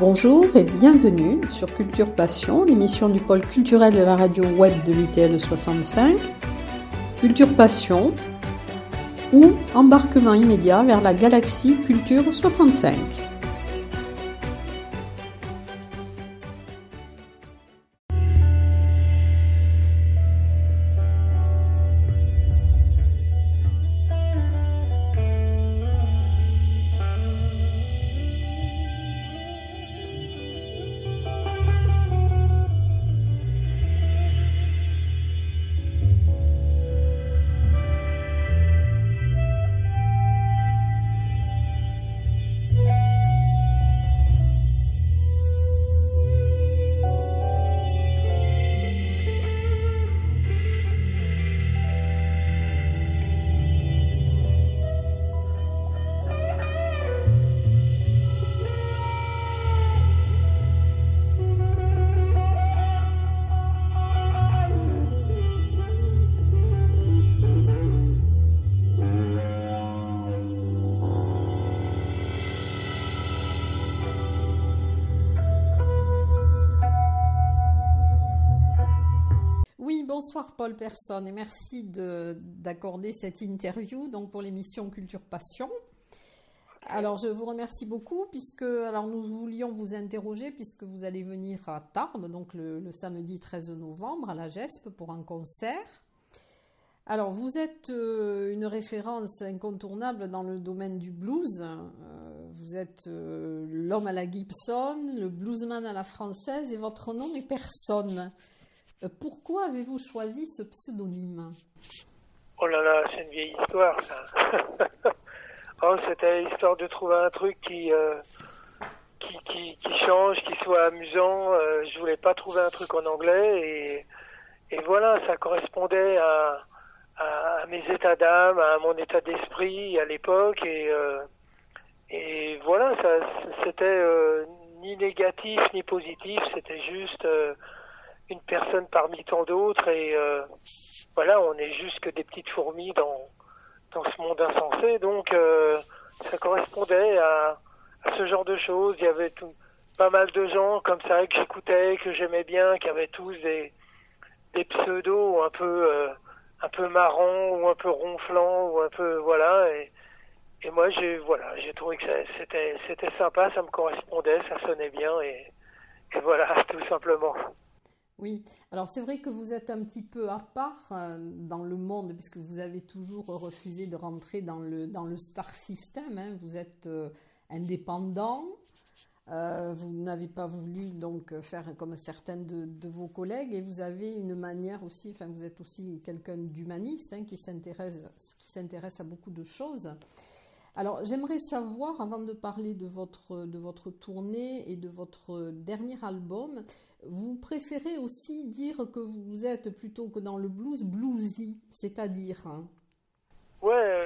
Bonjour et bienvenue sur Culture Passion, l'émission du pôle culturel de la radio web de l'UTL 65. Culture Passion ou embarquement immédiat vers la galaxie Culture 65. Bonsoir Paul Personne et merci d'accorder cette interview donc pour l'émission Culture Passion. Alors je vous remercie beaucoup puisque nous voulions vous interroger puisque vous allez venir à Tarbes donc le samedi 13 novembre à la GESP pour un concert. Alors vous êtes une référence incontournable dans le domaine du blues. Vous êtes l'homme à la Gibson, le bluesman à la française et votre nom est Personne. Pourquoi avez-vous choisi ce pseudonyme ? Oh là là, c'est une vieille histoire, ça. C'était l'histoire de trouver un truc qui change, qui soit amusant. Je voulais pas trouver un truc en anglais et voilà, ça correspondait à mes états d'âme, à mon état d'esprit à l'époque et voilà, ça c'était ni négatif ni positif, c'était juste une personne parmi tant d'autres et voilà, on est juste que des petites fourmis dans ce monde insensé, donc ça correspondait à ce genre de choses. Il y avait pas mal de gens comme ça que j'écoutais, que j'aimais bien, qui avaient tous des pseudos un peu marrants ou un peu ronflants ou un peu voilà et moi j'ai trouvé que c'était sympa, ça me correspondait, ça sonnait bien et voilà, tout simplement. Oui, alors c'est vrai que vous êtes un petit peu à part dans le monde puisque vous avez toujours refusé de rentrer dans le star system, hein. Vous êtes indépendant, vous n'avez pas voulu donc faire comme certains de vos collègues et vous avez une manière aussi, vous êtes aussi quelqu'un d'humaniste hein, qui s'intéresse à beaucoup de choses. Alors j'aimerais savoir, avant de parler de votre tournée et de votre dernier album, vous préférez aussi dire que vous êtes plutôt que dans le blues, bluesy, c'est-à-dire Ouais,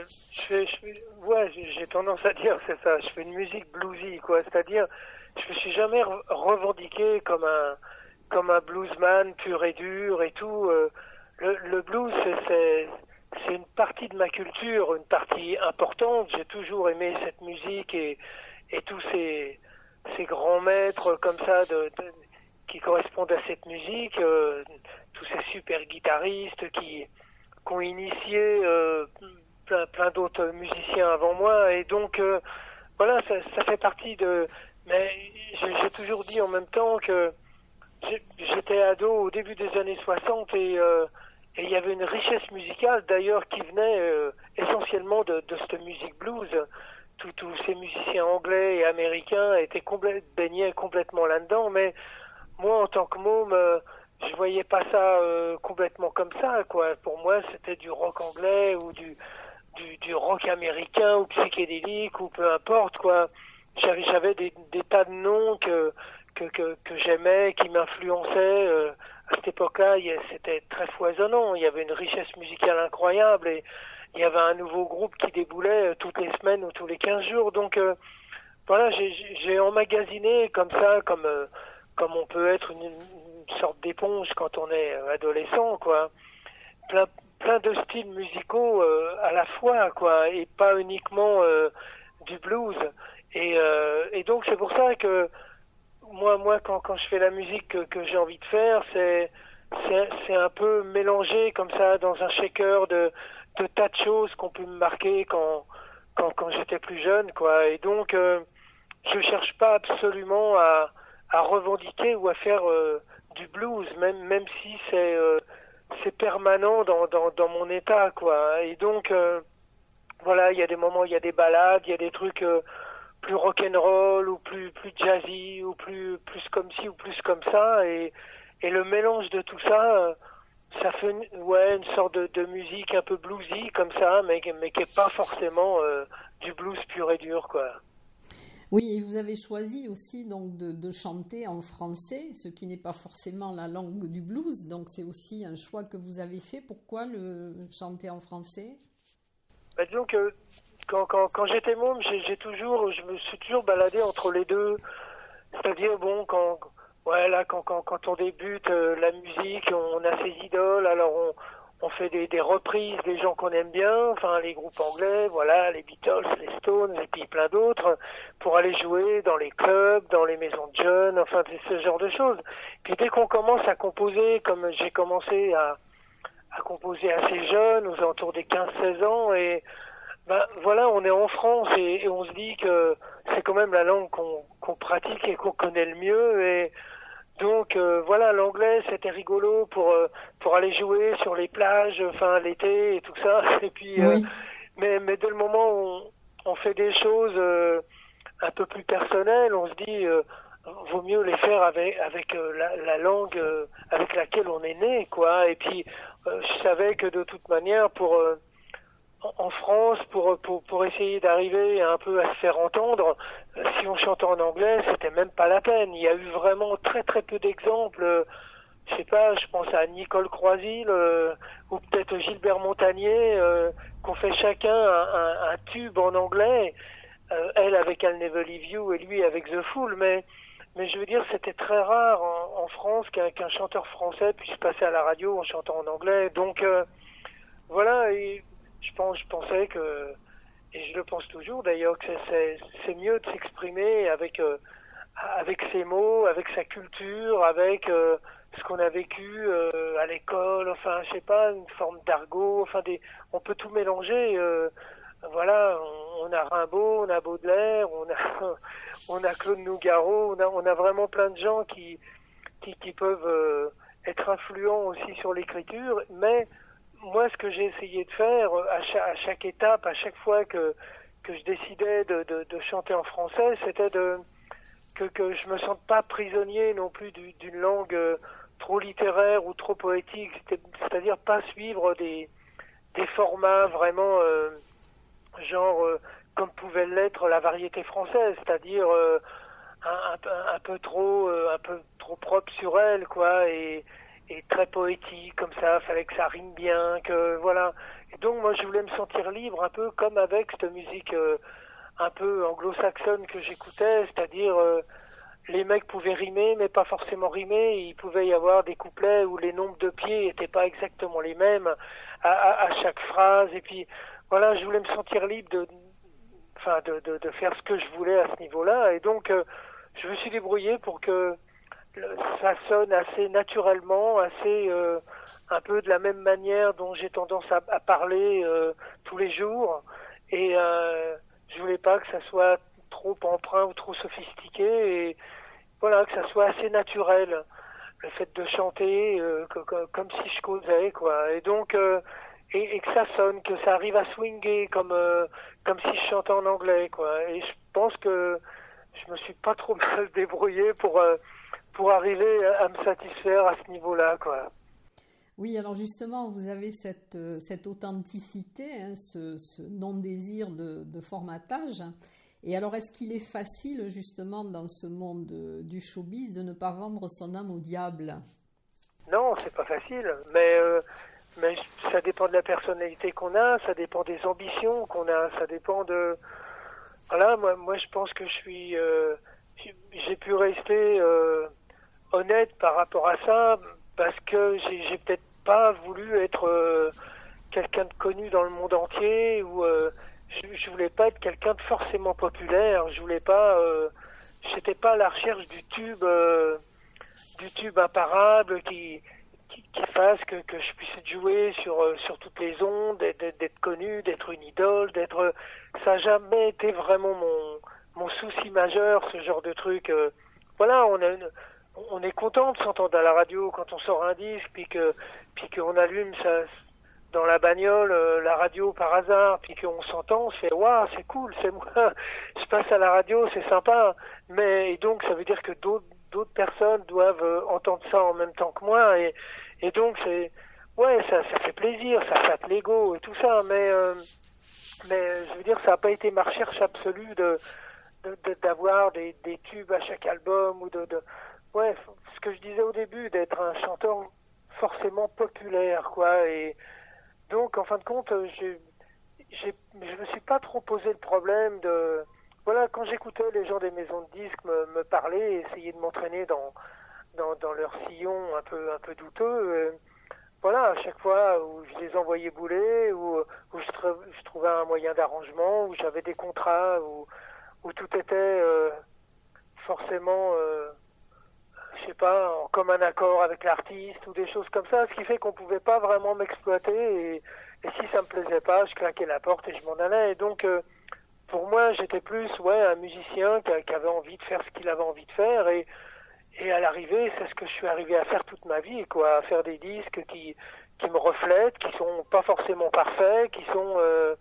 j'ai tendance à dire c'est ça. Je fais une musique bluesy, quoi. C'est-à-dire, je me suis jamais revendiqué comme un bluesman pur et dur et tout. Le blues, c'est une partie de ma culture, une partie importante. J'ai toujours aimé cette musique et tous ces grands maîtres comme ça qui correspondent à cette musique, tous ces super guitaristes qui ont initié plein d'autres musiciens avant moi et donc voilà, ça fait partie de. Mais j'ai toujours dit en même temps que j'étais ado au début des années 60 et il y avait une richesse musicale d'ailleurs qui venait essentiellement de cette musique blues. Tous ces musiciens anglais et américains baignaient complètement là-dedans, mais moi en tant que môme, je voyais pas ça complètement comme ça, quoi. Pour moi, c'était du rock anglais ou du rock américain ou psychédélique ou peu importe, quoi. J'avais des tas de noms que j'aimais, qui m'influençaient. À cette époque-là, c'était très foisonnant. Il y avait une richesse musicale incroyable et il y avait un nouveau groupe qui déboulait toutes les semaines ou tous les 15 jours. Donc voilà, j'ai emmagasiné comme ça, comme on peut être une sorte d'éponge quand on est adolescent, quoi. Plein de styles musicaux à la fois, quoi, et pas uniquement du blues. Et donc c'est pour ça que moi quand je fais la musique que j'ai envie de faire, c'est un peu mélangé comme ça dans un shaker de tas de choses qu'on peut me marquer quand j'étais plus jeune, quoi. Et donc, je cherche pas absolument à revendiquer ou à faire du blues, même si c'est permanent dans mon état, quoi. Et donc, voilà, il y a des moments, il y a des ballades, il y a des trucs plus rock'n'roll ou plus jazzy ou plus comme ci ou plus comme ça, et le mélange de tout ça, ça fait une sorte de musique un peu bluesy comme ça, mais qui est pas forcément du blues pur et dur, quoi. Oui, et vous avez choisi aussi donc de chanter en français, ce qui n'est pas forcément la langue du blues, donc c'est aussi un choix que vous avez fait. Pourquoi le chanter en français? Bah, disons que quand j'étais môme, je me suis toujours baladé entre les deux. C'est-à-dire, bon, quand on débute la musique, on a ses idoles, alors on fait des reprises des gens qu'on aime bien, enfin les groupes anglais, voilà, les Beatles, les Stones, et puis plein d'autres, pour aller jouer dans les clubs, dans les maisons de jeunes, enfin c'est ce genre de choses. Puis dès qu'on commence à composer, comme j'ai commencé à composer assez jeune, aux alentours des 15-16 ans, et ben voilà, on est en France et on se dit que c'est quand même la langue qu'on pratique et qu'on connaît le mieux, et donc voilà, l'anglais c'était rigolo pour aller jouer sur les plages, enfin l'été et tout ça. Et puis Oui. mais dès le moment où on fait des choses un peu plus personnelles, on se dit vaut mieux les faire avec la langue avec laquelle on est né, quoi. Et puis je savais que de toute manière en France, pour essayer d'arriver un peu à se faire entendre, si on chantait en anglais, c'était même pas la peine. Il y a eu vraiment très très peu d'exemples. Je sais pas, je pense à Nicole Croisille ou peut-être Gilbert Montagnier, qu'on fait chacun un tube en anglais. Elle avec I'll Never Leave You et lui avec The Fool, mais je veux dire, c'était très rare en France qu'un chanteur français puisse passer à la radio en chantant en anglais. Donc voilà, et je pensais que, et je le pense toujours d'ailleurs, que c'est mieux de s'exprimer avec ses mots, avec sa culture, avec ce qu'on a vécu à l'école, enfin je sais pas, une forme d'argot, enfin on peut tout mélanger. Voilà, on a Rimbaud, on a Baudelaire, on a Claude Nougaro, on a vraiment plein de gens qui peuvent être influents aussi sur l'écriture, mais moi, ce que j'ai essayé de faire à chaque étape, à chaque fois que je décidais de chanter en français, c'était que je me sente pas prisonnier non plus d'une langue trop littéraire ou trop poétique, c'est-à-dire pas suivre des formats vraiment genre comme pouvait l'être la variété française, c'est-à-dire un peu trop propre sur elle, quoi, et très poétique, comme ça, fallait que ça rime bien, que voilà. Et donc moi je voulais me sentir libre, un peu comme avec cette musique un peu anglo-saxonne que j'écoutais, c'est-à-dire les mecs pouvaient rimer mais pas forcément rimer, il pouvait y avoir des couplets où les nombres de pieds étaient pas exactement les mêmes à chaque phrase, et puis voilà, je voulais me sentir libre de faire ce que je voulais à ce niveau-là, et donc je me suis débrouillé pour que ça sonne assez naturellement, assez un peu de la même manière dont j'ai tendance à parler tous les jours, et je voulais pas que ça soit trop emprunt ou trop sophistiqué, et voilà, que ça soit assez naturel, le fait de chanter comme si je causais, quoi, et donc et que ça sonne, que ça arrive à swinger comme si je chantais en anglais, quoi, et je pense que je me suis pas trop mal débrouillé pour arriver à me satisfaire à ce niveau-là, quoi. Oui, alors justement, vous avez cette authenticité, hein, ce non-désir de formatage. Et alors, est-ce qu'il est facile, justement, dans ce monde du showbiz, de ne pas vendre son âme au diable? Non, c'est pas facile, mais ça dépend de la personnalité qu'on a, ça dépend des ambitions qu'on a, ça dépend de... Voilà, moi je pense que j'ai pu rester honnête par rapport à ça, parce que j'ai peut-être pas voulu être quelqu'un de connu dans le monde entier, ou je voulais pas être quelqu'un de forcément populaire, je voulais pas j'étais pas à la recherche du tube imparable qui fasse que je puisse jouer sur toutes les ondes, d'être connu, d'être une idole, ça n'a jamais été vraiment mon souci majeur, ce genre de truc. Voilà, on est content de s'entendre à la radio quand on sort un disque, puis qu'on allume ça dans la bagnole, la radio par hasard, puis qu'on s'entend, on se fait waouh, c'est cool, c'est moi, je passe à la radio, c'est sympa. Mais et donc ça veut dire que d'autres personnes doivent entendre ça en même temps que moi, et donc ça fait plaisir, ça flatte l'ego et tout ça, mais je veux dire, ça n'a pas été ma recherche absolue d'avoir des tubes à chaque album, ou ouais, ce que je disais au début, d'être un chanteur forcément populaire, quoi. Et donc, en fin de compte, je me suis pas trop posé le problème voilà, quand j'écoutais les gens des maisons de disques me parler, essayer de m'entraîner dans leur sillon un peu douteux, voilà, à chaque fois où je les envoyais bouler, où je trouvais un moyen d'arrangement, où j'avais des contrats, où tout était forcément, je sais pas, en commun accord avec l'artiste, ou des choses comme ça, ce qui fait qu'on pouvait pas vraiment m'exploiter, et si ça me plaisait pas, je claquais la porte et je m'en allais. Et donc, pour moi, j'étais plus un musicien qui avait envie de faire ce qu'il avait envie de faire, et à l'arrivée, c'est ce que je suis arrivé à faire toute ma vie, quoi, à faire des disques qui me reflètent, qui sont pas forcément parfaits, qui sont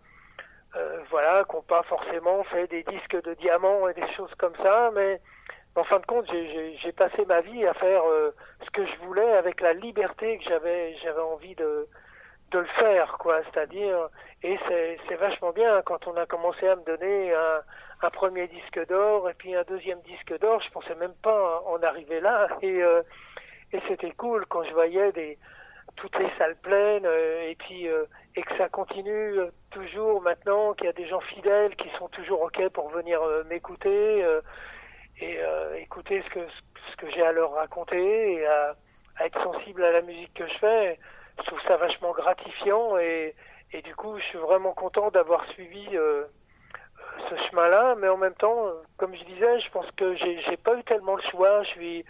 voilà, qui n'ont pas forcément fait des disques de diamants et des choses comme ça, mais en fin de compte, j'ai passé ma vie à faire ce que je voulais avec la liberté que j'avais envie de le faire, quoi, c'est-à-dire, et c'est vachement bien quand on a commencé à me donner un premier disque d'or et puis un deuxième disque d'or, je pensais même pas en arriver là, et c'était cool quand je voyais toutes les salles pleines, et que ça continue toujours maintenant, qu'il y a des gens fidèles qui sont toujours ok pour venir m'écouter et écouter ce que j'ai à leur raconter, et à être sensible à la musique que je fais. Je trouve ça vachement gratifiant, et du coup je suis vraiment content d'avoir suivi ce chemin-là, mais en même temps, comme je disais, je pense que j'ai pas eu tellement le choix.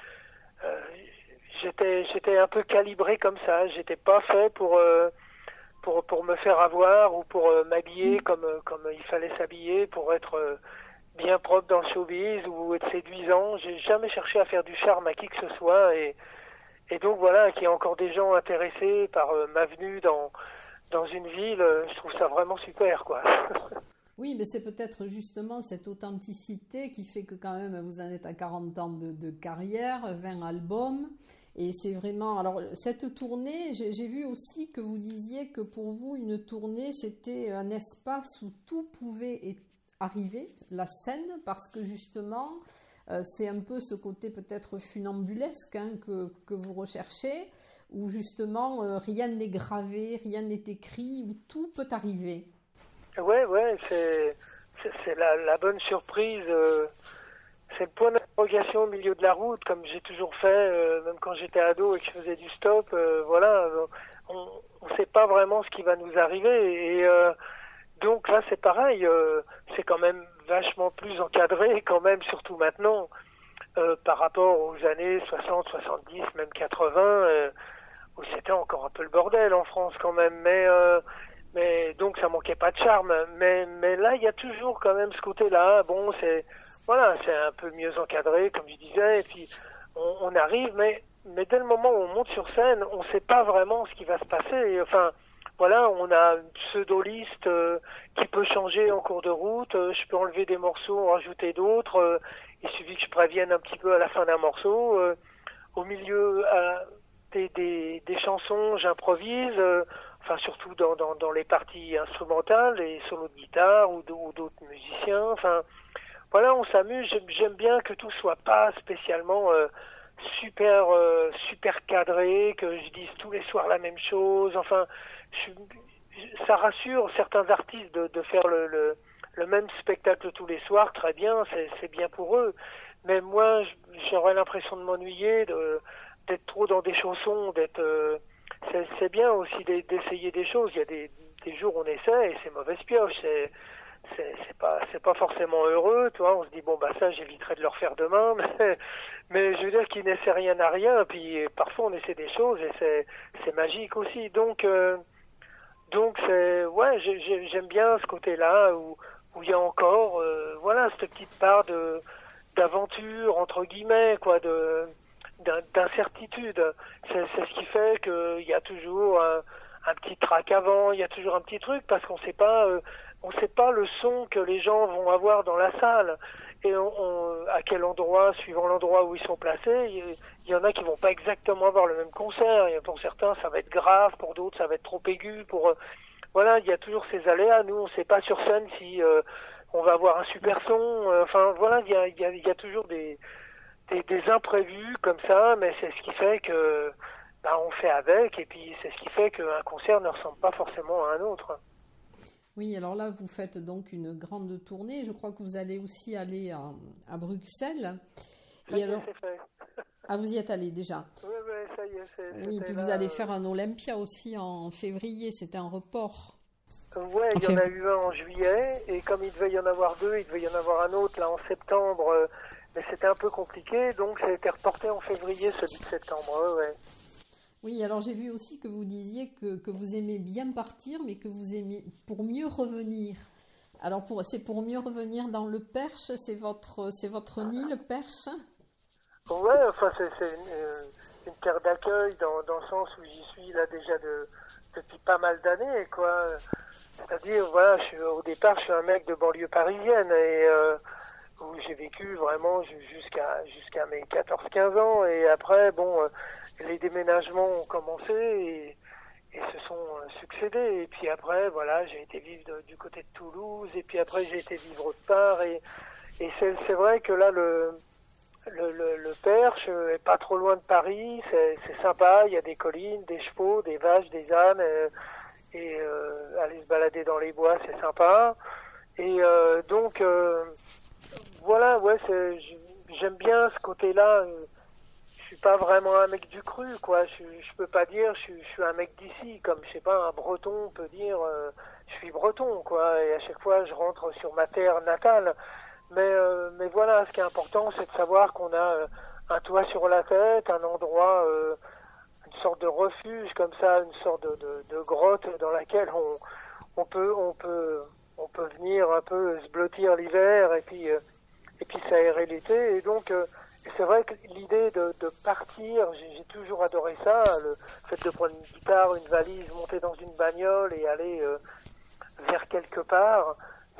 J'étais un peu calibré comme ça. J'étais pas fait pour me faire avoir, ou pour m'habiller comme il fallait s'habiller pour être bien propre dans le showbiz, ou être séduisant. J'ai jamais cherché à faire du charme à qui que ce soit, et donc voilà, qu'il y a encore des gens intéressés par ma venue dans une ville, je trouve ça vraiment super, quoi. Oui, mais c'est peut-être justement cette authenticité qui fait que quand même vous en êtes à 40 ans de carrière, 20 albums, et c'est vraiment... Alors cette tournée, j'ai vu aussi que vous disiez que pour vous une tournée c'était un espace où tout pouvait arriver, la scène, parce que justement c'est un peu ce côté peut-être funambulesque que vous recherchez, où justement rien n'est gravé, rien n'est écrit, où tout peut arriver. Ouais, c'est la bonne surprise. C'est le point d'interrogation au milieu de la route, comme j'ai toujours fait, même quand j'étais ado et que je faisais du stop. Voilà, on sait pas vraiment ce qui va nous arriver. Et donc là, c'est pareil. C'est quand même vachement plus encadré, quand même, surtout maintenant, par rapport aux années 60, 70, même 80, où c'était encore un peu le bordel en France quand même. Mais donc ça manquait pas de charme, mais là il y a toujours quand même ce côté-là. Bon, c'est un peu mieux encadré, comme je disais, et puis on arrive, mais dès le moment où on monte sur scène, on sait pas vraiment ce qui va se passer. Et, enfin, voilà, on a une pseudo-liste qui peut changer en cours de route. Je peux enlever des morceaux, en rajouter d'autres. Il suffit que je prévienne un petit peu à la fin d'un morceau. Au milieu des chansons, j'improvise. Enfin, surtout dans les parties instrumentales, les solos de guitare ou d'autres musiciens. Enfin, voilà, on s'amuse. J'aime bien que tout soit pas spécialement super cadré, que je dise tous les soirs la même chose. Enfin, ça rassure certains artistes de faire le même spectacle tous les soirs. Très bien, c'est bien pour eux. Mais moi, j'aurais l'impression de m'ennuyer, d'être trop dans des chaussons, c'est bien aussi d'essayer des choses. Il y a des jours où on essaie et c'est mauvaise pioche. C'est c'est pas forcément heureux, tu vois. On se dit bon bah ça j'éviterai de le refaire demain, mais je veux dire qu'il n'essaie rien à rien. Puis parfois on essaie des choses et c'est magique aussi. Donc c'est ouais, j'aime bien ce côté-là où il y a encore voilà cette petite part de d'aventure entre guillemets quoi, d'incertitude. C'est ce qui fait qu'il y a toujours un petit trac avant, il y a toujours un petit truc parce qu'on sait pas le son que les gens vont avoir dans la salle et à quel endroit, suivant l'endroit où ils sont placés, il y en a qui vont pas exactement avoir le même concert. Et pour certains, ça va être grave, pour d'autres, ça va être trop aigu. Voilà, il y a toujours ces aléas. Nous, on sait pas sur scène si on va avoir un super son. Enfin, voilà, il y a toujours des imprévus comme ça, mais c'est ce qui fait que on fait avec, et puis c'est ce qui fait qu'un concert ne ressemble pas forcément à un autre. Oui, alors là, vous faites donc une grande tournée. Je crois que vous allez aussi aller à Bruxelles. Ça y est, c'est fait. Ah, vous y êtes allé déjà? Oui, ça y est. Oui, et puis vous allez faire un Olympia aussi en février. C'était un report. Ouais, il y en a eu un en juillet, et comme il devait y en avoir deux, il devait y en avoir un autre là en septembre, mais c'était un peu compliqué, donc ça a été reporté en février, celui de septembre, ouais. Oui, alors j'ai vu aussi que vous disiez que vous aimez bien partir, mais que vous aimez pour mieux revenir. Alors c'est pour mieux revenir dans le Perche, c'est votre nid, le Perche? Ouais, enfin c'est une terre d'accueil dans le sens où j'y suis là déjà depuis pas mal d'années, quoi. C'est-à-dire, voilà, au départ, je suis un mec de banlieue parisienne et où j'ai vécu vraiment jusqu'à mes 14-15 ans, et après, bon, les déménagements ont commencé et se sont succédés, et puis après, voilà, j'ai été vivre du côté de Toulouse, et puis après j'ai été vivre autre part, et c'est vrai que là, le Perche est pas trop loin de Paris, c'est sympa, il y a des collines, des chevaux, des vaches, des ânes, et aller se balader dans les bois, c'est sympa. Et donc voilà, ouais, j'aime bien ce côté-là. Je suis pas vraiment un mec du cru, quoi. Je peux pas dire je suis un mec d'ici, comme je sais pas, un Breton peut dire je suis breton, quoi. Et à chaque fois je rentre sur ma terre natale. Mais voilà, ce qui est important, c'est de savoir qu'on a un toit sur la tête, un endroit, une sorte de refuge comme ça, une sorte de grotte dans laquelle on peut venir un peu se blottir l'hiver et puis s'aérer l'été. Et donc c'est vrai que l'idée de partir, j'ai toujours adoré ça, le fait de prendre une guitare, une valise, monter dans une bagnole et aller vers quelque part.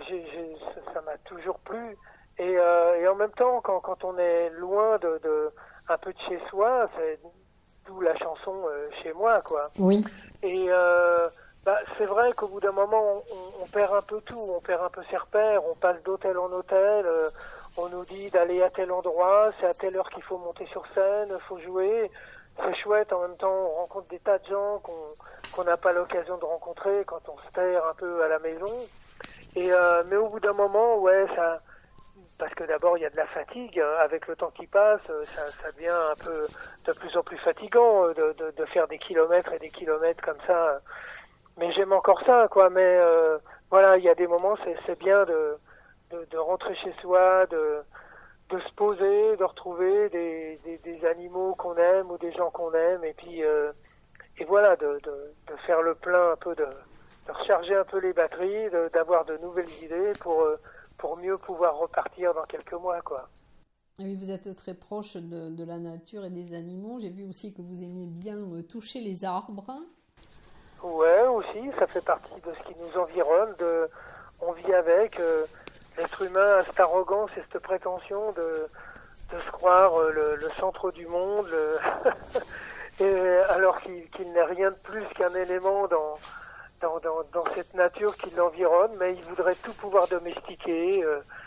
Ça m'a toujours plu, et en même temps quand on est loin un peu de chez soi, c'est d'où la chanson Chez moi, quoi. Oui. Et c'est vrai qu'au bout d'un moment on perd un peu tout, on perd un peu ses repères, on passe d'hôtel en hôtel, on nous dit d'aller à tel endroit, c'est à telle heure qu'il faut monter sur scène, faut jouer. C'est chouette, en même temps on rencontre des tas de gens qu'on n'a pas l'occasion de rencontrer quand on se terre un peu à la maison. Et mais au bout d'un moment, ouais, ça, parce que d'abord il y a de la fatigue, avec le temps qui passe, ça devient un peu de plus en plus fatigant de faire des kilomètres et des kilomètres comme ça. Mais j'aime encore ça, quoi. Mais voilà, il y a des moments, c'est bien de rentrer chez soi, de se poser, de retrouver des animaux qu'on aime ou des gens qu'on aime, et puis et voilà, de faire le plein un peu de recharger un peu les batteries, d'avoir de nouvelles idées pour mieux pouvoir repartir dans quelques mois, quoi. Oui, vous êtes très proche de la nature et des animaux. J'ai vu aussi que vous aimiez bien toucher les arbres. Ouais, aussi, ça fait partie de ce qui nous environne. On vit avec. L'être humain a cette arrogance et cette prétention de se croire le centre du monde, et alors qu'il n'est rien de plus qu'un élément dans cette nature qui l'environne, mais il voudrait tout pouvoir domestiquer,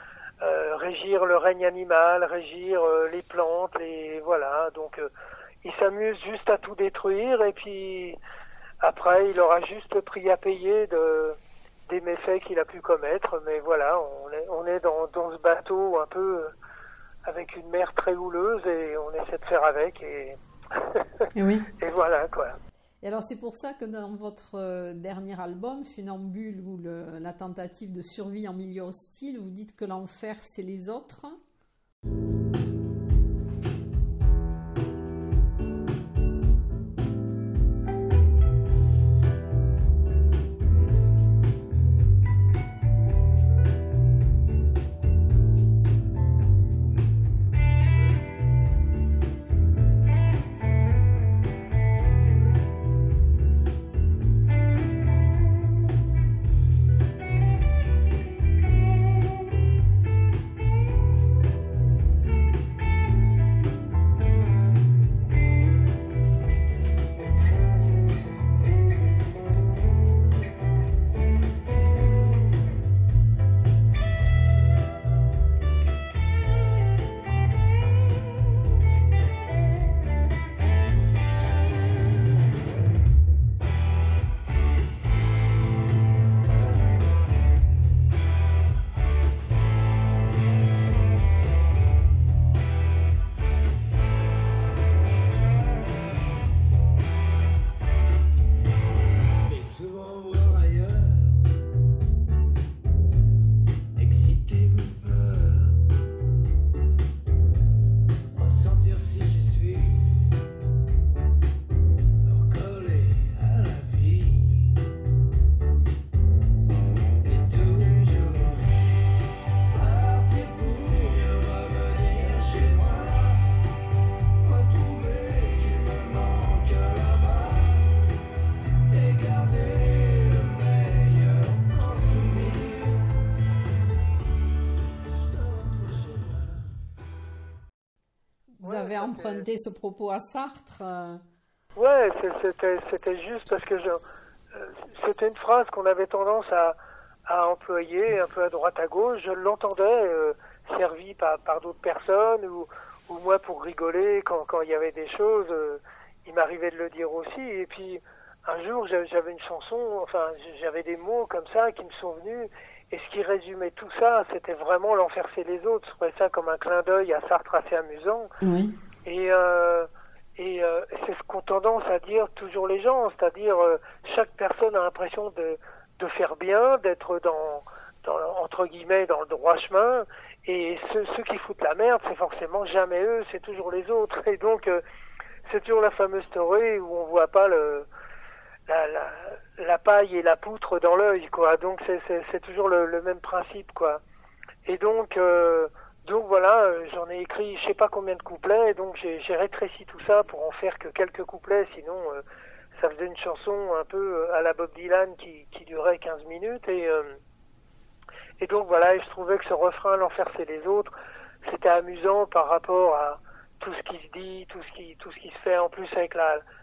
régir le règne animal, régir les plantes, et voilà. Donc il s'amuse juste à tout détruire, et puis après il aura juste pris à payer des méfaits qu'il a pu commettre. Mais voilà, on est dans ce bateau un peu avec une mer très houleuse, et on essaie de faire avec, et Oui. et voilà, quoi. Et alors c'est pour ça que dans votre dernier album, Funambule, ou la tentative de survie en milieu hostile, vous dites que l'enfer c'est les autres. Vous avez emprunté ce propos à Sartre. Ouais, c'était juste parce que c'était une phrase qu'on avait tendance à employer un peu à droite à gauche. Je l'entendais servi par d'autres personnes ou moi pour rigoler quand il y avait des choses. Il m'arrivait de le dire aussi. Et puis un jour j'avais une chanson, enfin j'avais des mots comme ça qui me sont venus. Et ce qui résumait tout ça, c'était vraiment l'enfer c'est les autres. Je trouvais ça comme un clin d'œil à Sartre assez amusant. Oui. Et c'est ce qu'ont tendance à dire toujours les gens, c'est-à-dire chaque personne a l'impression de faire bien, d'être dans entre guillemets dans le droit chemin, et ceux qui foutent la merde, c'est forcément jamais eux, c'est toujours les autres. Et donc c'est toujours la fameuse story où on voit pas la paille et la poutre dans l'œil, quoi. Donc c'est toujours le même principe, quoi. Et donc voilà, j'en ai écrit je sais pas combien de couplets, et donc j'ai rétréci tout ça pour en faire que quelques couplets, sinon ça faisait une chanson un peu à la Bob Dylan qui durait 15 minutes, et donc voilà, et je trouvais que ce refrain l'enfer c'est les autres, c'était amusant par rapport à tout ce qui se dit, tout ce qui se fait, en plus avec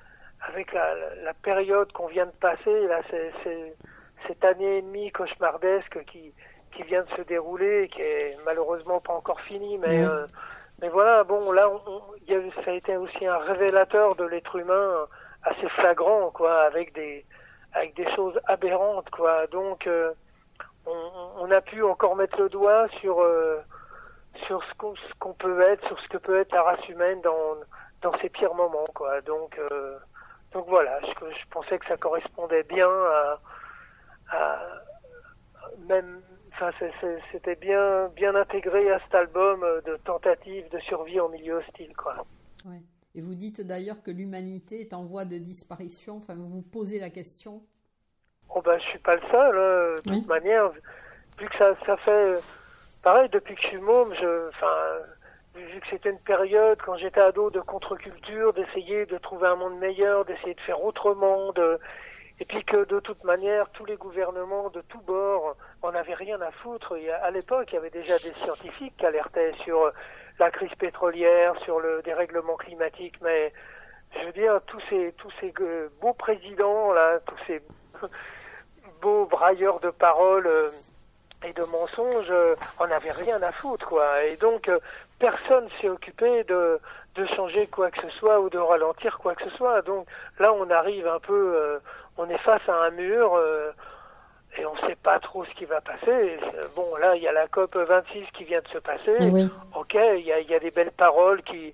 la période qu'on vient de passer, là, c'est cette année et demie cauchemardesque qui vient de se dérouler et qui est malheureusement pas encore finie, mais voilà, bon, là, ça a été aussi un révélateur de l'être humain assez flagrant, quoi, avec des choses aberrantes, quoi. Donc, on a pu encore mettre le doigt sur ce qu'on peut être, sur ce que peut être la race humaine dans ses pires moments, quoi. Donc voilà, je pensais que ça correspondait bien à même, enfin c'était bien intégré à cet album de tentative de survie en milieu hostile, quoi. Ouais. Et vous dites d'ailleurs que l'humanité est en voie de disparition, enfin vous vous posez la question. Oh ben je suis pas le seul, de toute manière, vu que ça fait pareil depuis que je suis môme, vu que c'était une période, quand j'étais ado, de contre-culture, d'essayer de trouver un monde meilleur, d'essayer de faire autrement, et puis que de toute manière, tous les gouvernements de tous bords en avaient rien à foutre. À l'époque, il y avait déjà des scientifiques qui alertaient sur la crise pétrolière, sur le dérèglement climatique, mais je veux dire, tous ces beaux présidents, là, tous ces beaux brailleurs de paroles et de mensonges, on n'avait rien à foutre, quoi. Et donc, personne s'est occupé de changer quoi que ce soit ou de ralentir quoi que ce soit. Donc là, on arrive un peu, on est face à un mur et on ne sait pas trop ce qui va passer. Bon, là, il y a la COP 26 qui vient de se passer. Oui. Ok, il y a des belles paroles qui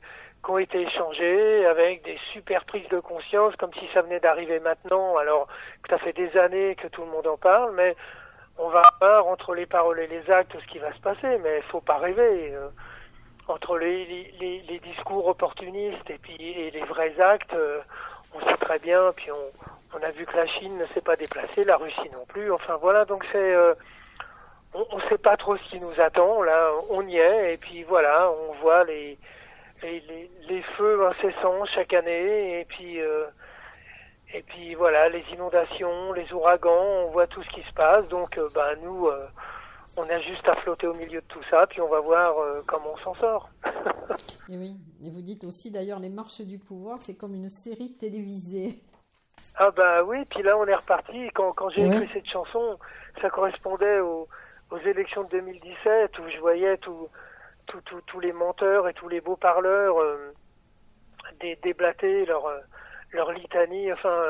qui ont été échangées, avec des super prises de conscience, comme si ça venait d'arriver maintenant, alors que ça fait des années que tout le monde en parle, mais on va voir entre les paroles et les actes ce qui va se passer, mais il faut pas rêver. Entre les discours opportunistes et les vrais actes, on sait très bien, puis on a vu que la Chine ne s'est pas déplacée, la Russie non plus, enfin voilà, donc on sait pas trop ce qui nous attend, là, on y est, et puis voilà, on voit les feux incessants chaque année, et puis voilà, les inondations, les ouragans, on voit tout ce qui se passe, donc nous, on a juste à flotter au milieu de tout ça, puis on va voir comment on s'en sort. Et oui, et vous dites aussi d'ailleurs les marches du pouvoir, c'est comme une série télévisée. Ah oui, puis là on est reparti, quand j'ai écrit cette chanson, ça correspondait aux élections de 2017, où je voyais tous les menteurs et tous les beaux parleurs déblater leur litanie,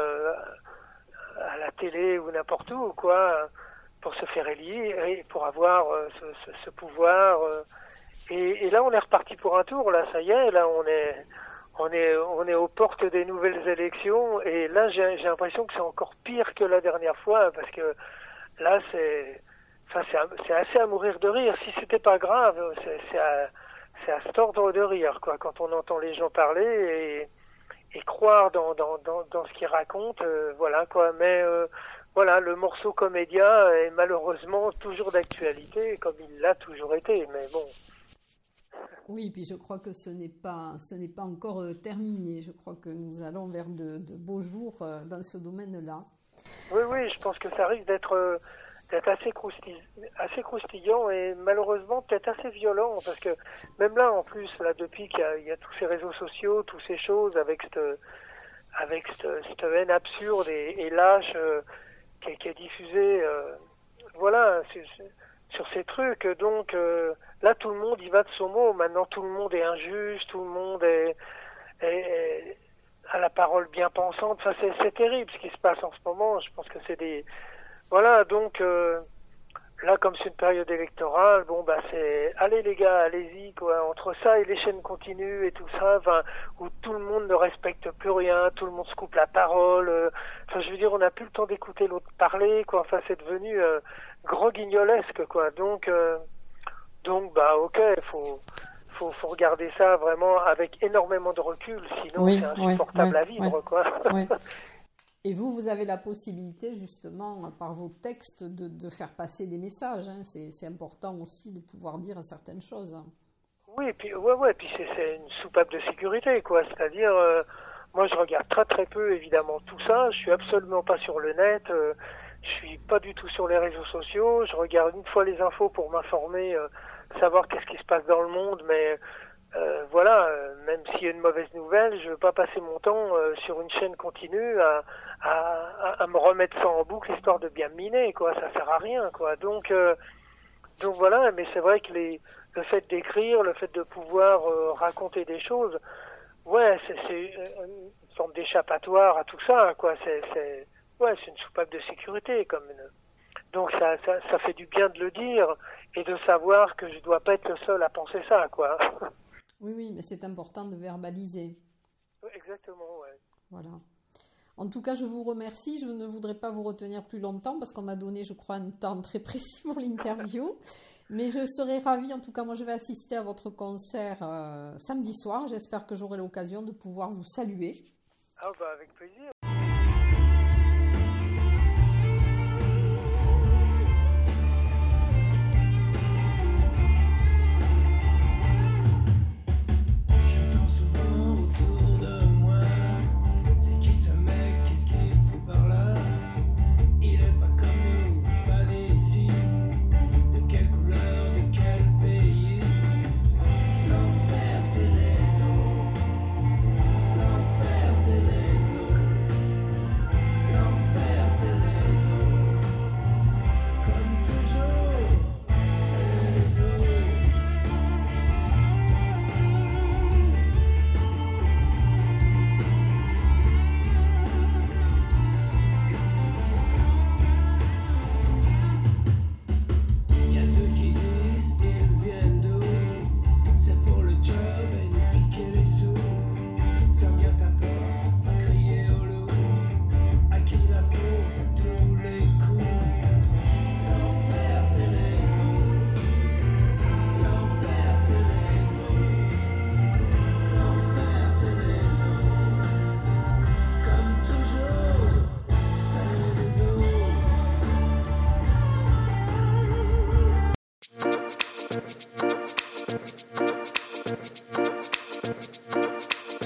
à la télé ou n'importe où, quoi, pour se faire élire et pour avoir ce pouvoir. Et là, on est reparti pour un tour. Là, ça y est. Là, on est aux portes des nouvelles élections. Et là, j'ai l'impression que c'est encore pire que la dernière fois, parce que là, c'est assez à mourir de rire. Si c'était pas grave, c'est à se tordre de rire, quoi, quand on entend les gens parler et croire dans ce qu'ils racontent, voilà, quoi. Mais voilà, le morceau comédia est malheureusement toujours d'actualité, comme il l'a toujours été. Mais bon. Oui, puis je crois que ce n'est pas encore terminé. Je crois que nous allons vers de beaux jours dans ce domaine-là. Oui, je pense que ça risque d'être assez croustillant et malheureusement peut-être assez violent, parce que même là, en plus, là, depuis qu'il y a tous ces réseaux sociaux, toutes ces choses avec cette haine absurde et lâche qui est diffusée, voilà, sur ces trucs. Donc là, tout le monde y va de son mot. Maintenant, tout le monde est injuste, tout le monde est à la parole bien pensante. Enfin, c'est terrible ce qui se passe en ce moment. Je pense que c'est des... Voilà, donc là, comme c'est une période électorale, c'est allez les gars, allez-y, quoi. Entre ça et les chaînes continues et tout ça, où tout le monde ne respecte plus rien, tout le monde se coupe la parole. Je veux dire, on n'a plus le temps d'écouter l'autre parler, quoi. Enfin, c'est devenu grand guignolesque, quoi. Donc, ok, faut regarder ça vraiment avec énormément de recul, sinon c'est insupportable à vivre, quoi. Oui. Et vous avez la possibilité, justement, par vos textes, de faire passer des messages. Hein. C'est important aussi de pouvoir dire certaines choses. Oui, puis puis c'est une soupape de sécurité, quoi. C'est-à-dire, moi, je regarde très très peu, évidemment, tout ça. Je suis absolument pas sur le net. Je suis pas du tout sur les réseaux sociaux. Je regarde une fois les infos pour m'informer, savoir qu'est-ce qui se passe dans le monde, mais voilà, même s'il y a une mauvaise nouvelle, je veux pas passer mon temps sur une chaîne continue à me remettre ça en boucle histoire de bien me miner, quoi. Ça sert à rien, quoi. Donc voilà, mais c'est vrai que le fait d'écrire, le fait de pouvoir raconter des choses, ouais, c'est une forme d'échappatoire à tout ça, quoi. C'est une soupape de sécurité, donc ça fait du bien de le dire et de savoir que je dois pas être le seul à penser ça, quoi. Oui, mais c'est important de verbaliser. Exactement, ouais. Voilà. En tout cas, je vous remercie. Je ne voudrais pas vous retenir plus longtemps parce qu'on m'a donné, je crois, un temps très précis pour l'interview. Mais je serais ravie. En tout cas, moi, je vais assister à votre concert samedi soir. J'espère que j'aurai l'occasion de pouvoir vous saluer. Ah, avec plaisir.